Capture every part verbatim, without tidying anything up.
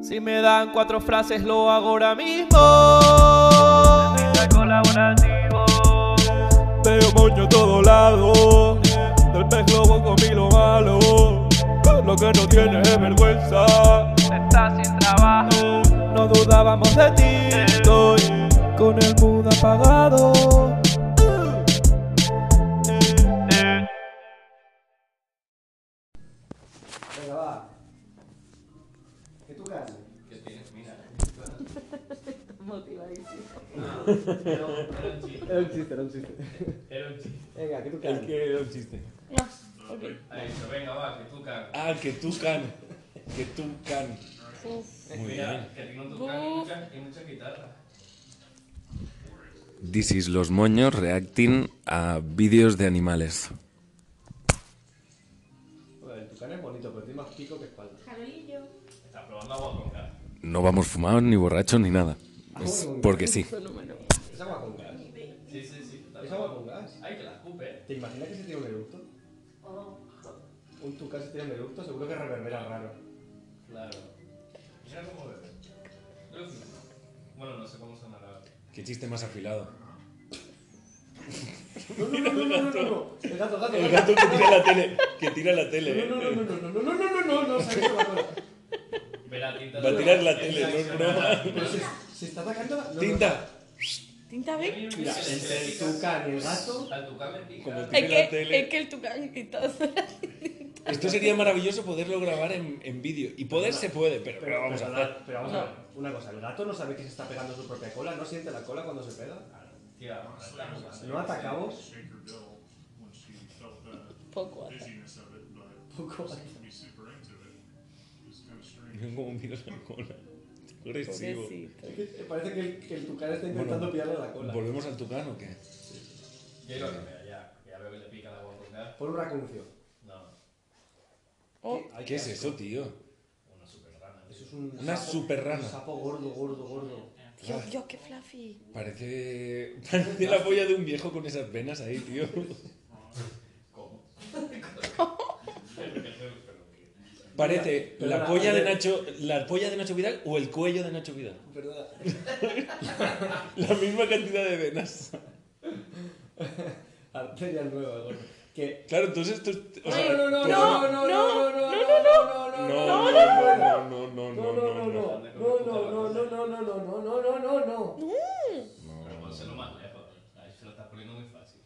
Si me dan cuatro frases lo hago ahora mismo. Servicio colaborativo. Veo moño a todo lado. Del pez globo comí lo malo. Lo que no tiene es vergüenza. Estás sin trabajo. No dudábamos de ti. Estoy con el mood apagado. Venga, va. ¿Qué tú haces? ¿Qué tienes? Mira. Motivadísimo. Ah, era un chiste. Era un chiste, era un chiste. Era un chiste. Venga, ¿qué tú El haces? que era un chiste. No, ok. Ha dicho, venga, va, que tú cagas. Ah, que tú can. Que tú can. Uf. Muy Mira, bien. que tiene un tucán y muchas y muchas guitarras. This is Los Moños reacting a vídeos de animales. Bueno, el tucán es bonito, pero tiene más pico que espalda. Carolillo. Estás probando agua con gas. No vamos fumados, ni borrachos, ni nada. Es porque sí. Fenómeno. ¿Es agua con gas? Sí, sí, sí. está ¿Es agua probando. con gas? Ay, que la escupe. ¿Te imaginas que se tiene un eructo? Un tucán se tiene un eructo, seguro que reverbera raro. Claro. Mira cómo bebe. Uf. Bueno, no sé cómo sonará. Qué chiste más afilado. No, no, no, no, no, no, no. El gato, el gato, El gato que tira la tele. Que tira la tele. No, no, no, no, no, no, no, no, no, no, no, se ha hecho la cola. Verá, tinta. Va a tirar la tele, no es broma. Pero se, se está atacando la... no, no. Tinta. ¿Tinta B? Mira, entre el tucán y el gato... Al tucán me pica. Como Es tire la que, es tele. que el tucán y todo. Esto sería maravilloso poderlo grabar en, en vídeo. Y poder se puede, pero, pero vamos a pero, hacer. Pero vamos a ver, una cosa, el gato no sabe que se está pegando su propia cola, no siente la cola cuando se pega. Tía, estamos No ataca a vos. Poco hasta. Poco. Como mira la cola. Agresivo. Pobrecito. Parece que el, que el tucán está intentando Bueno, pillarle la cola. ¿Volvemos al tucán o qué? Yo iba a cambiar ya. que Ya veo que le pica el agua con gas. Por un racuncio. No, Oh, Ay, ¿Qué es asco. eso, tío? una super rana. Eso es un Una sapo- super rana. Un sapo gordo, gordo, gordo. Dios, Dios, qué fluffy. Parece. Parece la polla de un viejo con esas venas ahí, tío. ¿Cómo? Parece Perdona, la polla de a ver. Nacho. La polla de Nacho Vidal o el cuello de Nacho Vidal. Perdona. La misma cantidad de venas. Arteria nueva, gordo. Que... Claro, entonces esto es. O sea, no, no, pues- no, no, no, no, no, no, no, no, No, no, no, no, no, no, no, no, no, no. no, no, no, no, no, no, no, no, no, no, no. Pero pónselo más lejos. Ahí se lo estás poniendo muy fácil.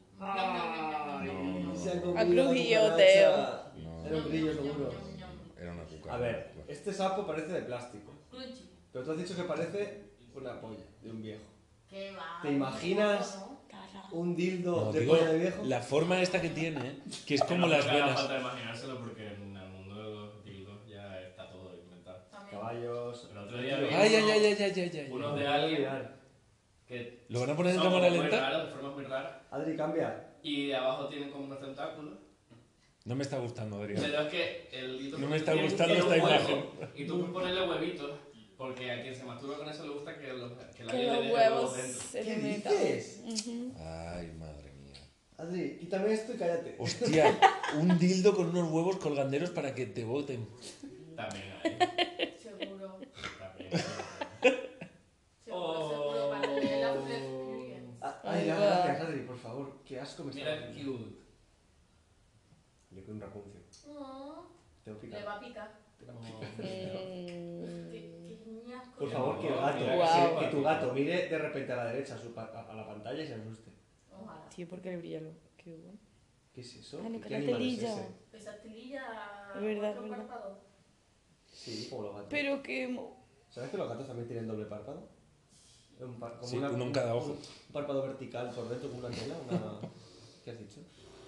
Ay, se ha comido A la grujilloteo. cucaracha. Era un grillo seguro. Era una cucaracha. A ver, este sapo parece de plástico. Pero tú has dicho que parece una polla de un viejo. ¿Qué va? ¿Te imaginas Cara. un dildo No, de digo, polla de viejo? la forma esta que tiene, que es como No las creo que haga venas. falta imaginárselo porque en el mundo de los dildos ya está todo inventado. Caballos. El otro día vi Ay, ay, uno- ay, ay, ay, ay, ay. uno de No, alguien mirar. que ¿Lo van a poner en son cámara muy lenta? raros, de formas muy raras, Adri, cambia. y de abajo tienen como unos tentáculos. No me está gustando, Adrián. Pero es que el dildo No me está tiene- gustando tiene un esta huevo, imagen. Y tú puedes ponerle huevitos, porque a quien se masturba con eso le gusta que, los, que la Que le los dé huevos dentro. se ¿Qué le metan. dices? Ujú. Ay, madre mía. Adri, quítame esto y cállate. Hostia, un dildo con unos huevos colganderos para que te boten. También hay. Seguro. También. Seguro, seguro. Para tener la flexibilidad. Ah, Ay, Ay, ya, va. gracias, Adri, por favor. Qué asco me está Mira dando. qué cute. Yo quiero un racuncio. No, Tengo que le picar. va a picar. Mm. Qué ñasco. Por favor, que el gato, Mira, Guau. que, que tu gato mire de repente a la derecha a, su pa- a- a la pantalla y se asuste. Ojalá. Tío, ¿por qué le brilla lo? Qué bueno. ¿Qué es eso? Ah, no, ¿Qué que la animal es telilla. ese? Esa telilla. Es verdad, cuatro es verdad. párpados. Sí, como los gatos. Pero que. mo- ¿Sabes que los gatos también tienen doble párpado? Un par- como Sí, uno en cada ojo. Un párpado vertical por dentro con una antena, una... ¿Qué has dicho?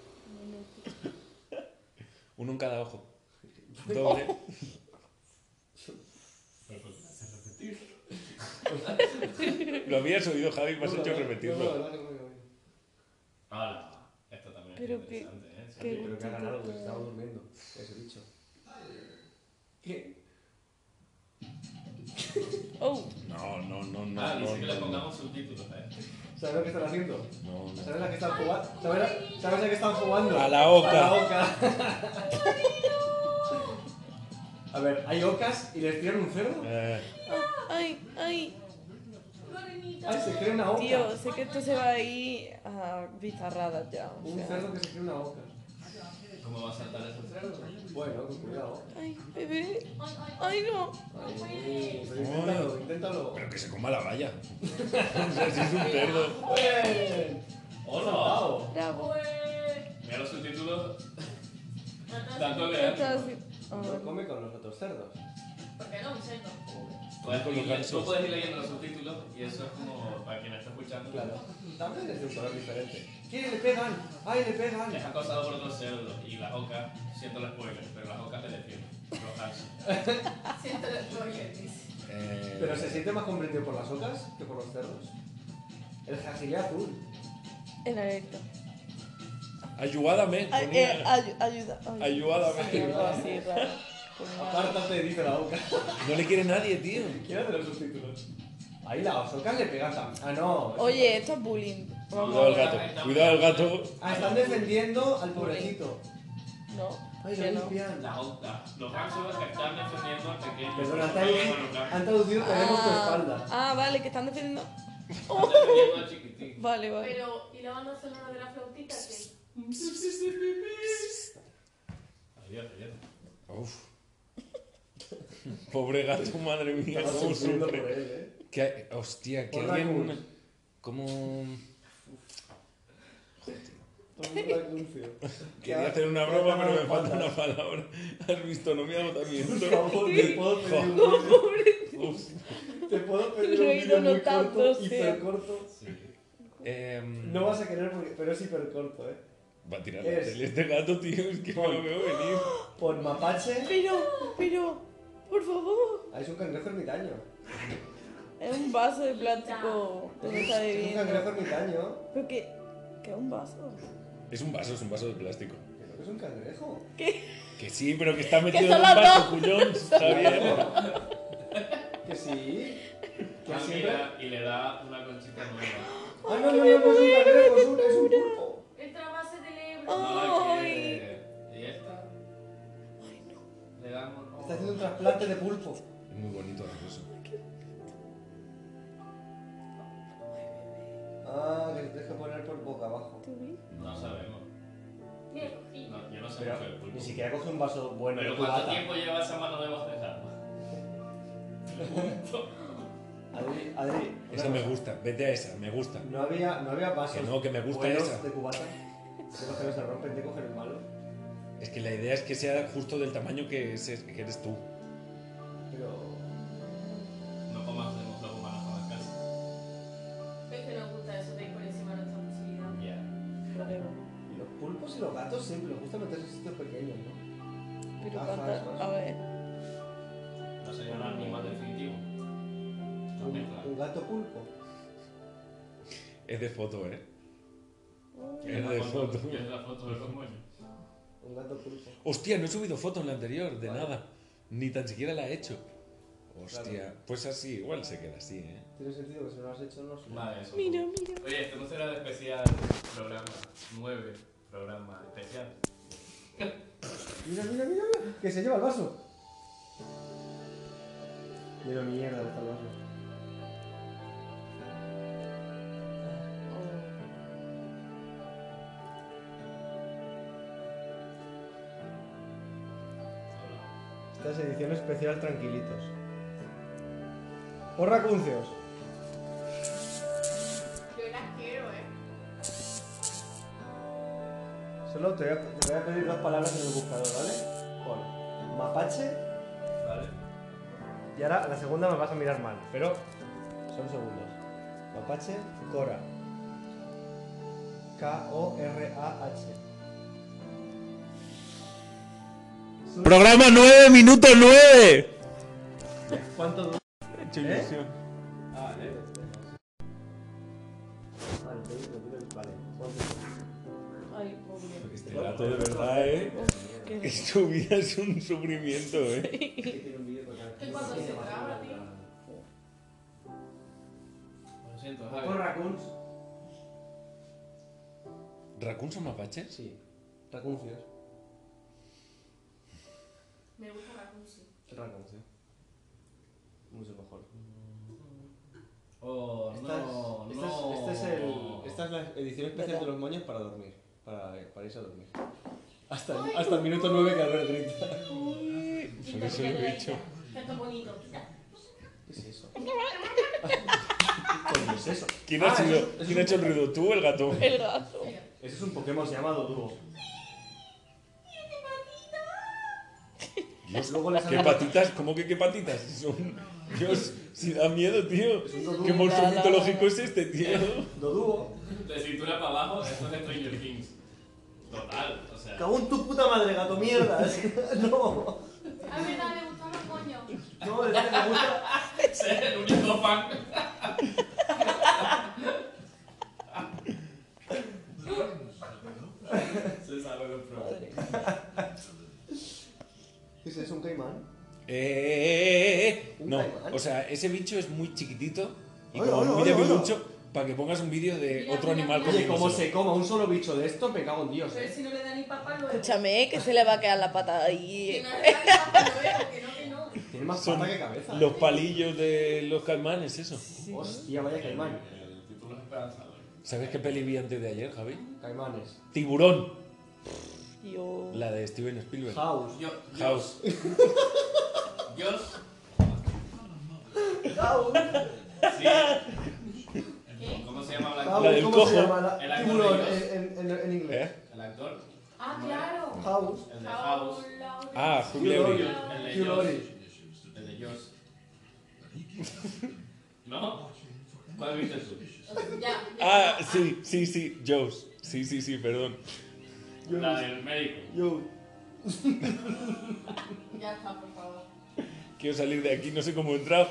Uno en cada ojo. Doble. Lo habías oído, Javi, me has No, hecho no, no, repetirlo. no, no, no, no, no. Hola. Esto también Pero es que- interesante, ¿eh? que- Sí, pero que hagan algo, que se estaba durmiendo. Eso he dicho. ¿Qué? Oh, No, no, no, no. Ah, no, dice que le no, pongamos subtítulos, ¿eh? ¿Sabes lo que están haciendo? no, no. ¿Sabes a qué están jugando? ¿Sabes a, ¿Sabes a qué están jugando? A la oca. A la oca. A ver, hay ocas y les tiran un cerdo. Eh, Ay, ay. Morenita. Ay, se crea una oca. Tío, sé que esto se va a ir a bizarradas ya. o Un sea. cerdo que se crea una oca. ¿Cómo va a saltar ese cerdo? Bueno, con cuidado. Ay, bebé. Ay, ay, Ay, no. Ay, pero inténtalo, inténtalo. pero que se coma la valla. O sea, si es un cerdo. ¡Bien! ¡Hola! Bravo. Pues. Mira los subtítulos. Atrás. Tanto ¿Qué que. estás haciendo? No Ah, come con los otros cerdos. Porque no, un cerdo. Puedes Con los ir- gansos. tú puedes ir leyendo los subtítulos y eso es como para quien está escuchando. Claro. También es de un color diferente. ¿Quién le pegan? ¡Ay, le pegan! Es acosado por otros cerdos y las ocas, siento el spoiler, pero las ocas te defienden. Los gansos. Siento el spoiler, dice. Eh, Pero se siente más comprendido por las ocas que por los cerdos. El jagile azul. en alerta. Ayúdame. Ay, ponía. eh, ayu- ayuda. ay. Ayúdame. Sí, algo así raro. Ponía- Apártate, dice la oca. No le quiere nadie, tío. ¿Quién hace los subtítulos? Ahí las ocas le pegan también. Ah, no. Oye, esto es bullying. Cuidado el gato. Cuidado el gato. Ah, están defendiendo al pobrecito. No, Ay, que lo no. limpian. Las ocas, los gansos que están defendiendo al pequeño. Perdona, han Están traducido, han traducido tenemos tu espalda. Ah, vale, que están defendiendo. defendiendo al chiquitín. Vale, vale. Pero, ¿y la banda sonora de la flautita qué? Adiós, adiós. Uf. Pobre gato, madre mía, Estaba cómo sufriendo por sufre. él, eh. Que, hostia, que Por alguien. Raccoons. Como. Todo el mundo anuncio. Quería hacer una broma, pero me falta una palabra. ¿Has visto? No me hago también. Por favor, te puedo pedir un vídeo. Uf. Te puedo pedir Lo un he vídeo ido muy notando, corto, sí. hiper corto. Sí. Em, No vas a querer, porque- pero es hiper corto, eh. Va a tirar la Es- tele este gato, tío. Es que me lo veo venir. Por mapache. Pero, pero, por favor. Ah, es un cangrejo ermitaño. Es un vaso de plástico donde está Es un bebiendo. cangrejo ermitaño. Pero que, que es un vaso. Es un vaso, es un vaso de plástico. Creo que es un cangrejo. Que sí, pero que está metido en son un las vaso, dos. cullón. Javier. Que sí. Que Ah, siempre. mira, y le da una conchita nueva. Ah, no, no, no, no es un cangrejo, es un, es un pulpo. Esta base del Ebro. No la Ay. quiere. ¿Y esta? Le damos. Está haciendo un trasplante de pulpo. Es muy bonito eso. Ah, que te tienes que poner por boca abajo. No sabemos. Mira, cogí. No, yo no sé Pero mucho del pulpo. ni siquiera coge un vaso bueno Pero de ¿cuánto cubata. tiempo lleva esa mano debajo del agua? Adri, Adri, una Esa me cosa. gusta. Vete a esa, me gusta. No había, no había vasos Que no, que me gusta buenos esa. de cubata. De los que no se rompen, de coger el malo. Es que la idea es que sea justo del tamaño que, es- que eres tú. Pero... No comas de los humanos a la casa. Es que nos gusta eso de ir por encima de nuestra posibilidad. Ya. Y los pulpos y los gatos siempre les gusta meterse en sitios pequeños, ¿no? Pero Gafas, cuántas. más. A ver. No sería un animal definitivo. Una Un, mezcla. un gato pulpo. Es de foto, ¿eh? ¿Quieres Es la de foto? foto. ¿Quieres la foto de los moños? Un gato pulpo. Hostia, no he subido foto en la anterior, de Vale. nada. Ni tan siquiera la he hecho. Hostia, Claro. pues así, igual se queda así, ¿eh? Tiene sentido que si no lo has hecho, no sé. Vale, eso. Mira, mira. Oye, este no será de especial programa nueve, programa especial. Mira, mira, mira, mira, que se lleva el vaso. Mira mierda, está el vaso. Esta es edición especial tranquilitos. Por racuncios. Yo las quiero, ¿eh? Solo te voy, a, te voy a pedir dos palabras en el buscador, ¿vale? Pon mapache Vale. y ahora a la segunda me vas a mirar mal, pero son segundos. Mapache, Cora. K O R A H. ¡Programa nueve, minuto nueve! ¿Cuánto dura? He hecho ¿Eh? ilusión. Ah, eh. Vale, te digo, te digo, vale. Ay, pobre. Este gato de verdad, ¿eh? ¿Qué? Que su vida es un sufrimiento, ¿eh? Que cuando se traba, tío. Lo siento, Por Javi. racuns. ¿Raccoons son mapaches? Sí. Racuncios. Me gusta la música. Cierra la canción. Mucho mejor. Oh, Esta, no, es, esta, no. es, este es el, esta es la edición especial de los moños para dormir. Para, para irse a dormir. Hasta, el- hasta el minuto nueve que Albert grita. Quita, eso lo he quita, dicho. quita. Esto es bonito, quita. ¿Qué es eso? ¿Qué coño es eso? ¿Quién ha, Ah, sido, eso- eso ¿quién ha es hecho un- el ruido? ¿Tú o el gato? El gato. Ese es un Pokémon llamado Dúo. Dios, Luego le ¿qué sale- patitas? ¿Cómo que qué patitas? Son... Dios, si da miedo, tío. un ¿Qué monstruo La, la, mitológico la. es este, tío? Dúo. De cintura para abajo, esto es de Stranger Things. Total, o sea. Cago en tu puta madre, gato mierda. No. A ver, dale, gustan los coños. No, es que me gusta. Ese es el único fan. Se sabe los problemas. ¿Qué es eso? ¿Un caimán? Eh, eh, eh. ¿Un No, caimán? o sea, ese bicho es muy chiquitito y Hola, como hola, muy hola, hola. debilucho para que pongas un vídeo de Mira, otro mira, animal mira. Oye, como comiéndoselo. se coma un solo bicho de estos, me cago en Dios, Pero eh. si no le da ni papá luego. Escúchame, que se le va a quedar la pata Que ahí. no le da ni papá luego, que no, que no. Tiene más Son pata que cabeza. los palillos de los caimanes, eso. Hostia, vaya caimán. El título es esperanzador. ¿Sabes qué peli vi antes de ayer, Javi? Caimanes. Tiburón, Yo. la de Steven Spielberg. House. Yo, House. Dios. House. Sí. ¿Qué? ¿Cómo se llama el House, La actor? del ¿cómo cojo. se llama? La- El actor Tiburón de Dios. en, en, en inglés. ¿Eh? El actor. Ah, claro. House. El de House. Ah, Hugh Hugh Laurie. Laurie. El de Hugh Dios. Laurie. El de Dios. ¿No? ¿Cuál viste tú? Ya. ya. Ah, sí, sí, sí, Jaws. Sí, sí, sí, perdón. La del médico. Yo. Ya está, por favor. Quiero salir de aquí, no sé cómo he entrado.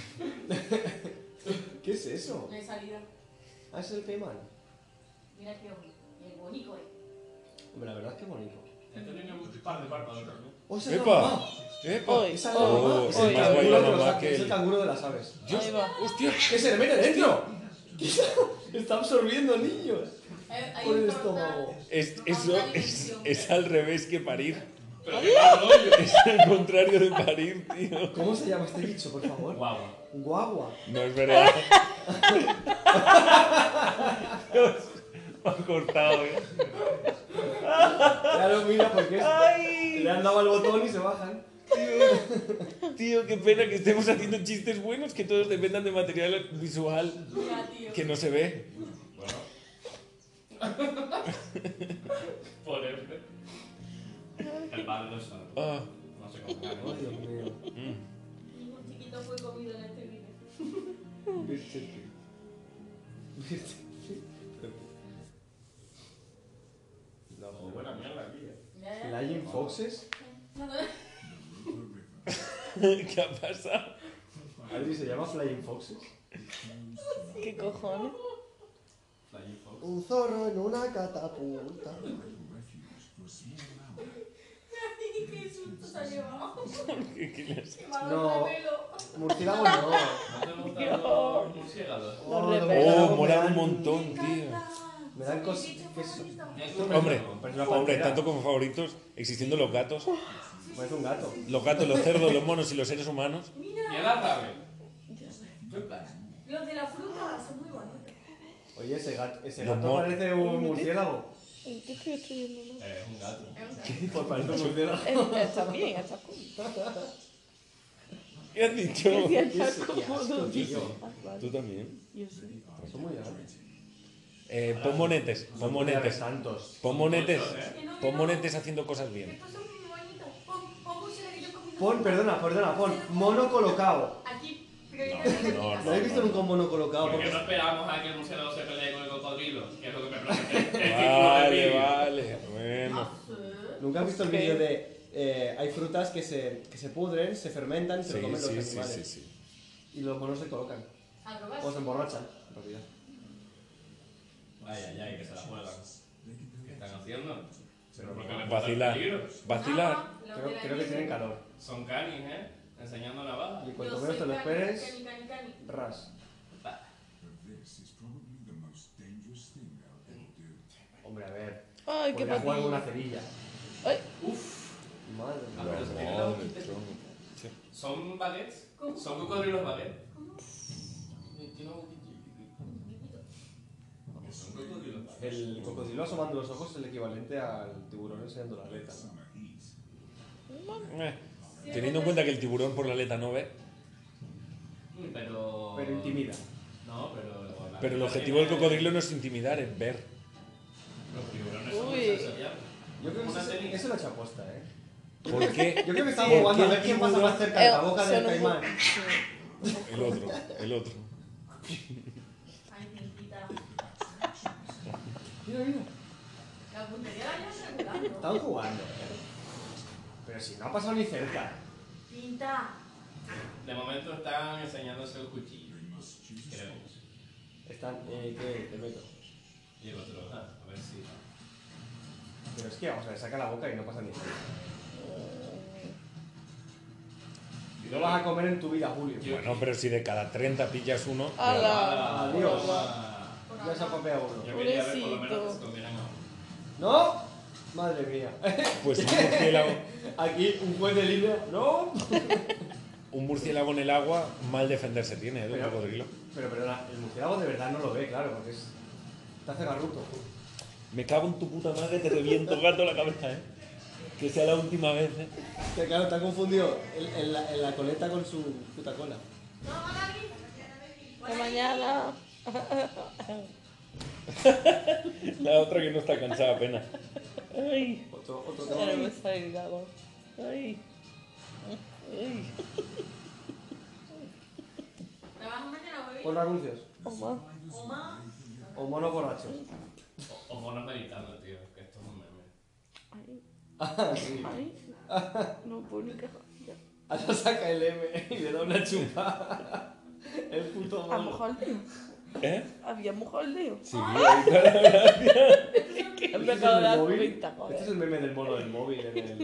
¿Qué es eso? No hay salida. Ah, es el caimán. Mira qué bonito. El bonito, eh. Hombre, la verdad es que bonito. Este tiene un par de párpados también. ¡Oh, esa es la ¡Epa! mamá! ¡Epa! Hoy. Esa es la Oh, mamá. es Es el más guay canguro la de los mamá a- que es el el- canguro de las aves. Dios, Ahí va. ¡hostia! ¡Que se le mete dentro! Está absorbiendo niños. Hay, hay Por un el portal. estómago. Es, a eso una es, dimensión. es al revés que parir. Pero qué mal rollo. Es el contrario de parir, tío. ¿Cómo se llama este bicho, por favor? Guagua. Guagua. No es verdad. Dios, me ha cortado, ¿eh? Claro, mira, porque es- le han dado al botón y se bajan. Tío, tío, qué pena que estemos haciendo chistes buenos que todos dependan de material visual Mira, tío. que no se ve. Bueno. Por ejemplo. El padre no sabe. Ah, No sé cómo. Oh, Dios mío. mm. Ningún chiquito fue comido en este vídeo. Virchete. Virchete. No, Oh, joder. buena mierda aquí. eh. Ya, ya. Flying Foxes. ¿Qué ha pasado? Adri, ¿se llama Flying Foxes? ¿Qué cojones? Flying Fox. Un zorro en una catapulta. Ay, qué susto se ha llevado. ¿Qué, qué les- Qué malo No. de pelo. Murciélago no. ¿No te gustan los murciélagos? Oh, Los los repelos. Oh, murciélagos me molan un dan- montón, tío. Me dan cosas. ¿Qué es eso? Hombre, Parece una hombre, pantera. tanto como favoritos, existiendo los gatos, Parece un gato. los gatos, los cerdos, los monos y los seres humanos. ¿Y el árabe? Los de la fruta son muy bonitos. Oye, ese gato, ese Los gato mo- parece un murciélago. ¿En qué estoy estudiando más? Eh, es un gato. Pues parece un murciélago. Eh, Está bien, está cool. ¿Qué has dicho? Decía, Qué está asco, cómodo. tío. Ah, vale. ¿Tú también? Yo sí. Son muy grandes. Eh, pon monetes, pon monetes. Santos. Pon monetes, Muchos, ¿eh? pon monetes haciendo cosas bien. Estos son muy bonitos. Pon, pon pulsera que yo he comido. Pon, perdona, perdona, pon mono colocado. Aquí. Prioridades No, ¿No habéis visto nunca un mono colocado? ¿Por qué Porque no esperamos a que el murciélago se pelee con el cocodrilo? Que es lo que me pregunté. El título del Vale, vídeo. vale, bueno. ¿Nunca has visto el vídeo de eh, hay frutas que se, que se pudren, se fermentan y se Sí, lo comen sí, los sí, animales? sí, sí. Y los monos se colocan. A drogas. O se emborrachan, en realidad. Ay, ay, ay, que se la juegan. ¿Qué están haciendo? Pero porque les Vacilar. peligro. Vacilar. Ah, los Creo, de la creo que nieve. tienen calor. Son canis, ¿eh? Enseñando navajas. Y cuanto Yo menos te soy lo cani, esperes, cani, cani, cani. ras. This is probably the most dangerous thing I'll ever do. Hombre, a ver. Ay, qué Podría jugar con una patilla. cerilla. Ay, Madre Ah, mía. pero eso tiene No, la madre, hojita. tronco. Sí. ¿Son baguettes? ¿Cómo? ¿Son cocodrilos baguettes? ¿Cómo? Tiene un Son cocodrilos baguettes. El cocodrilo asomando los ojos es el equivalente al tiburón enseñando la aleta. Summer heat. Eh, Teniendo en cuenta que el tiburón por la aleta no ve, Pero... Pero intimida. No, pero... la pero el aleta objetivo del tiene- cocodrilo no es intimidar, es ver. Los tiburones son Uy. muy sensoriales. Yo creo que Una eso, técnica. eso lo he hecho aposta, ¿eh? ¿Por qué? Yo creo que estaba ¿Por jugando a qué ver el quién pasa tiburón- más cerca de la Eh, boca del son un caimán. El otro, el otro. Ay, Pintita. Mira, mira. La puntería la llevas regulando. Estaban jugando, ¿eh? Pero si no ha pasado ni cerca. Pinta. De momento están enseñándose el cuchillo. They must choose a Creo. sword. Están, eh, ¿qué? Te meto. Y el otro, ah, a ver si... Pero es que, vamos a ver, saca la boca y no pasa ni cerca. No vas a comer en tu vida, Julio. Bueno, pero si de cada treinta pillas uno... ¡Hala! Adiós. Ah, Ya se ha copiado uno. yo quería ver por lo menos que Pobrecito. se comieran a uno. ¿No? Madre mía. Pues un murciélago, Aquí un juez de línea. ¿No? un murciélago en el agua, mal defenderse tiene, ¿eh? De un Pero- cocodrilo. Pero perdona, el murciélago de verdad no lo ve, claro, porque es. Te hace garruto. Me cago en tu puta madre, te reviento gato la cabeza, ¿eh? Que sea la última vez, ¿eh? Que claro, te ha confundido en, en la, en la coleta con su puta cola. ¿No, Magali? Hasta mañana. La otra que no está cansada apenas. Ay, Otro, otro Ya no tema. me sale el gago. Ay. Ay. ¿Trabajas mañana, bebé? Pon anuncios. Oma. Oma. O monos borrachos. O, o monos meditando, tío, que esto es un meme. Ay. Ah, sí. Ay. No puedo ni quejar. Ya. Ahora saca el M y le da una chupa. El puto ¿Ha mono. mojado el dedo? ¿eh? ¿Había mojado el dedo? Sí, ahorita la gracia. Que ¿Este han es pegado el del la móvil? cuenta, Este joder. es el meme del mono del móvil en el.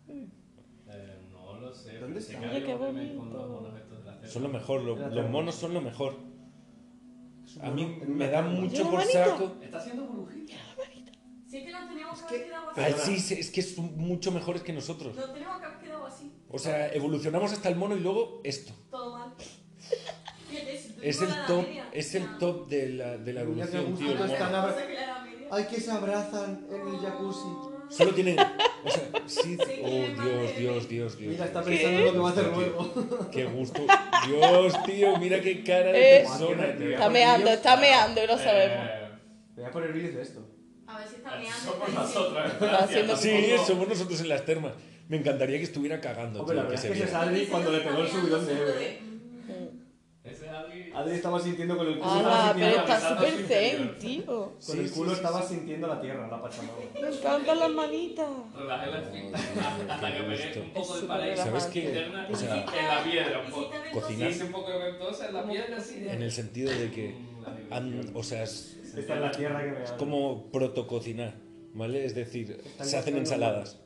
Eh, no lo sé. ¿Dónde pensé está? que Mira había qué un meme con bonito. los monos estos de la selva. Son lo mejor, lo- Espérate, los monos son lo mejor. A mí En una me dan cama. mucho Lleva por manita. saco. Está haciendo burbujita. Si es que nos teníamos que que- haber quedado así. Ah, Perdona. sí, sí, es que son mucho mejores que nosotros. Nos teníamos que haber quedado así. O sea, evolucionamos hasta el mono y luego esto. Todo mal. Fíjate, si tú Es no el la edad top, media, es el ya. top de la, de la Mira qué evolución, gusto tío. el no mono. están abra- Cosa que la edad media. Ay, que se abrazan en el jacuzzi. Solo tienen. O sea, sí. Sí, Oh, tiene Dios, madre. Dios, Dios, Dios. Mira, está pensando en lo que va a hacer Tío, luego. Qué gusto. Dios, tío, mira qué cara de Eh. persona, tío. Está meando, está meando y lo sabemos. Eh, Me voy a poner vídeos de esto. A ver si está meando. somos está nosotros, en Está Francia. haciendo- Sí, somos nosotros en las termas. Me encantaría que estuviera cagando, Hombre, la tío, que verdad se es que ese es viera. Adri cuando le pegó el subidón de Seguro Eve. Ese es alguien... Adri estaba sintiendo con el culo. ¡Hala! estaba Pero sintiendo- está avisando a su súper interior. zen, tío. Con Sí, el sí, culo sí, estaba sí. sintiendo la tierra, la pachamama. Me encantan las manitas. Relajé la espinta hasta que pegué un poco de Es pared ¿Sabes relajante. qué? interna O sea, en la piedra un poco. Cocinar. Hice un poco de ventosa en la piedra así. En el sentido de que. Mm, la han- diversión. o sea, es, Esta es la tierra que me es da. como protococinar, ¿vale? Es decir, Están se hacen cazando ensaladas.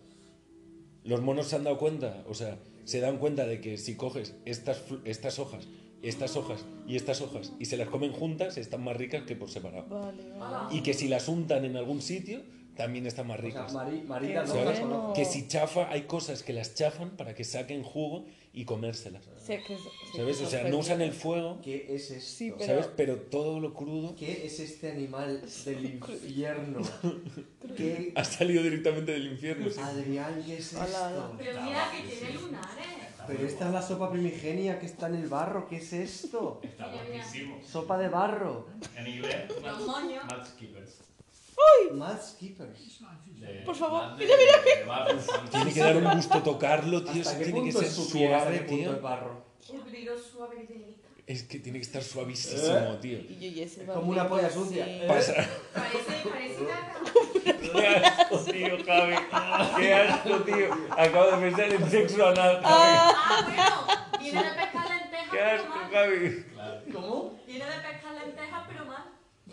Los monos se han dado cuenta, o sea, se dan cuenta de que si coges estas, fl- estas hojas, estas hojas y estas hojas y se las comen juntas, están más ricas que por separado. Vale, vale. Y que si las untan en algún sitio, también están más O sea, ricas. Mari- Marita no ¿Sabes? las conozco. Que si chafa, hay cosas que las chafan para que saquen jugo y comérselas. Sí, es que- sí, ¿Sabes? que O sea, son no usan el felices. fuego, ¿Qué es esto? Sí, pero- ¿sabes? Pero todo lo crudo ¿Qué es este animal del infierno? ¿Qué? ha salido directamente del infierno. ¿sí? Adrián, ¿qué es Ala, ala. esto? Pero mira que tiene lunares. Pero esta es la sopa primigenia que está en el barro. ¿Qué es esto? Está guapísimo. Sopa de barro. En inglés, Los moños. Mad Skippers. Mad Skippers. De- Por favor, Mad de- mira, mira, de barro, santo. Tiene que dar un gusto tocarlo, tío. ¿Hasta Eso qué tiene que punto ser es su piel? ¿Hasta suave, qué punto tío. es barro? Un brillo suave y delicado. Es que tiene que estar suavísimo, tío. Y yo y ese Es como una polla barrito sucia. así. ¿Eh? Pasa. Parece, parece caca. Qué asco, tío, Javi. Qué asco, tío. Acabo de pensar en sexo anal, Javi. Ah, bueno. Viene de pescar lentejas, Qué pero asco, mal. Javi. Claro. ¿Cómo? Viene de pescar lentejas, pero mal.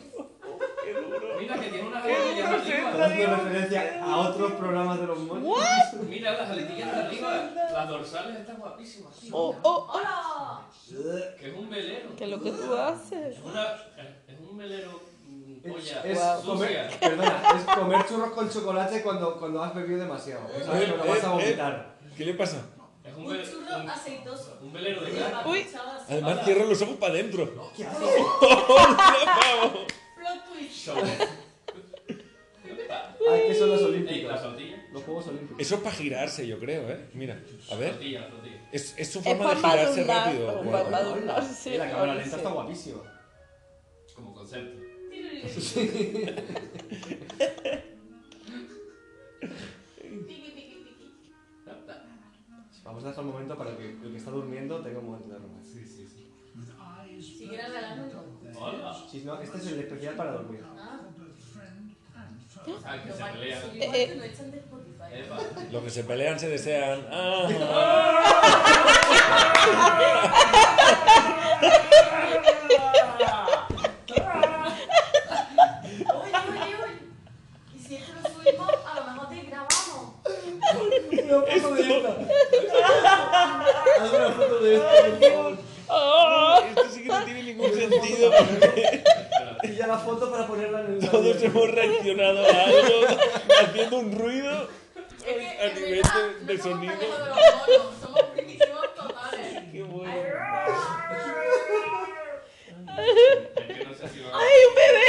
Qué duro. Mira que tiene unas Qué aletillas duro, arriba. Estás haciendo referencia a otros programas de los monos. Mira las aletillas de arriba. Las dorsales están guapísimas, tío. Oh, oh, oh. ¡Hola! Que es un velero. ¿Qué es lo que tú haces? Es, una, es un velero mm, Es, polla es Guau. comer, sucia. perdona, es comer churros con chocolate cuando, cuando has bebido demasiado. O sea, Eh, que lo vas a eh, vomitar. ¿Qué le pasa? Es un, Un ve- churro un, aceitoso. un velero de Lleva carne. Uy. pichadas. Además cierra los ojos para adentro. ¿Qué haces? Plot twist. Show. Ah, es que son los Ey, la olímpicos. flotilla. Los Juegos Olímpicos. Eso es para girarse, yo creo, ¿eh? Mira, a La ver. flotilla, la flotilla. Es, es su Es forma de para girarse madurar, rápido. o Guau. para madurar, sí, Y la cámara lenta sí. está guapísima. Como concepto. Piqui, piqui, piqui. Vamos a dejar un momento para que el que está durmiendo tenga un momento de romance. Sí, sí, sí. Si quieres regalarlo. Hola. Sí, no, este es el especial para dormir. Ah, Ah, que lo se pa- pelean. sí, igual te lo echan de Spotify. Epa. Los que se pelean se desean. Ah. Oye, oye, oye. Y si esto lo subimos, a lo mejor te grabamos. Una foto de esta. Haz una foto de esta, por favor. Esto sí que no tiene ningún sentido porque Y ya la foto para ponerla en el. todos hemos reaccionado a algo haciendo un ruido Es que, a en nivel verdad, de, de no somos sonido. pendejos de los monos, somos primitivos totales. Qué bueno. Es que no sé si va a... ¡Ay, un bebé!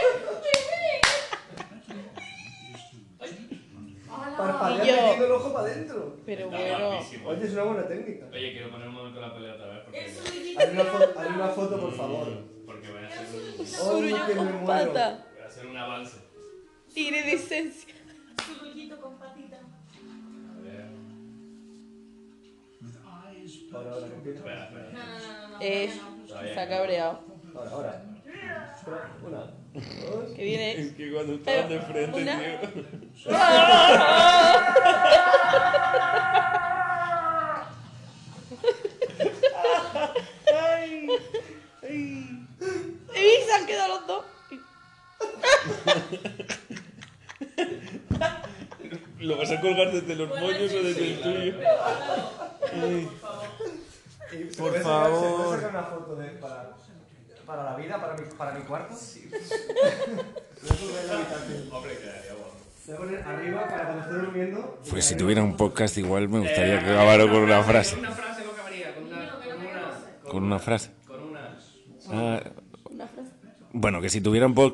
Parpadea Y yo- metiendo el ojo para adentro. Pero Está bueno. guapísimo. Oye, es una buena técnica. Oye, quiero poner un momento de la pelea otra vez porque... El surillito Hazle una, que fo- hazle una foto, por favor. Porque voy a hacer un, Surullo que me con muero. pata. voy a hacer un avance. Iridescencia. Surullito con patita. A ver... Ahora, ahora, que empieza. Espera, espera. No, no, no, no, no. Es. todavía Se ha cabreado. Ahora, ahora. Espera, una, dos. Que viene. Es que cuando estaban de frente, Una- tío. ¡Y se han quedado los dos! ¿Lo vas a colgar desde los moños o desde el tuyo? Ay. Y ¿se Por puede sacar- favor. ¿Se puede sacar una foto de, para, para la vida, para mi, para mi cuarto? Sí. Voy a poner en la habitación. Hombre, quedaría guapo. Voy a poner arriba para cuando esté durmiendo. Pues si tuviera un podcast igual me gustaría que acabara con una frase. Con una frase no acabaría, con una... Con una... Con una frase. Con una... Ah, Una frase. bueno, que si tuviera un podcast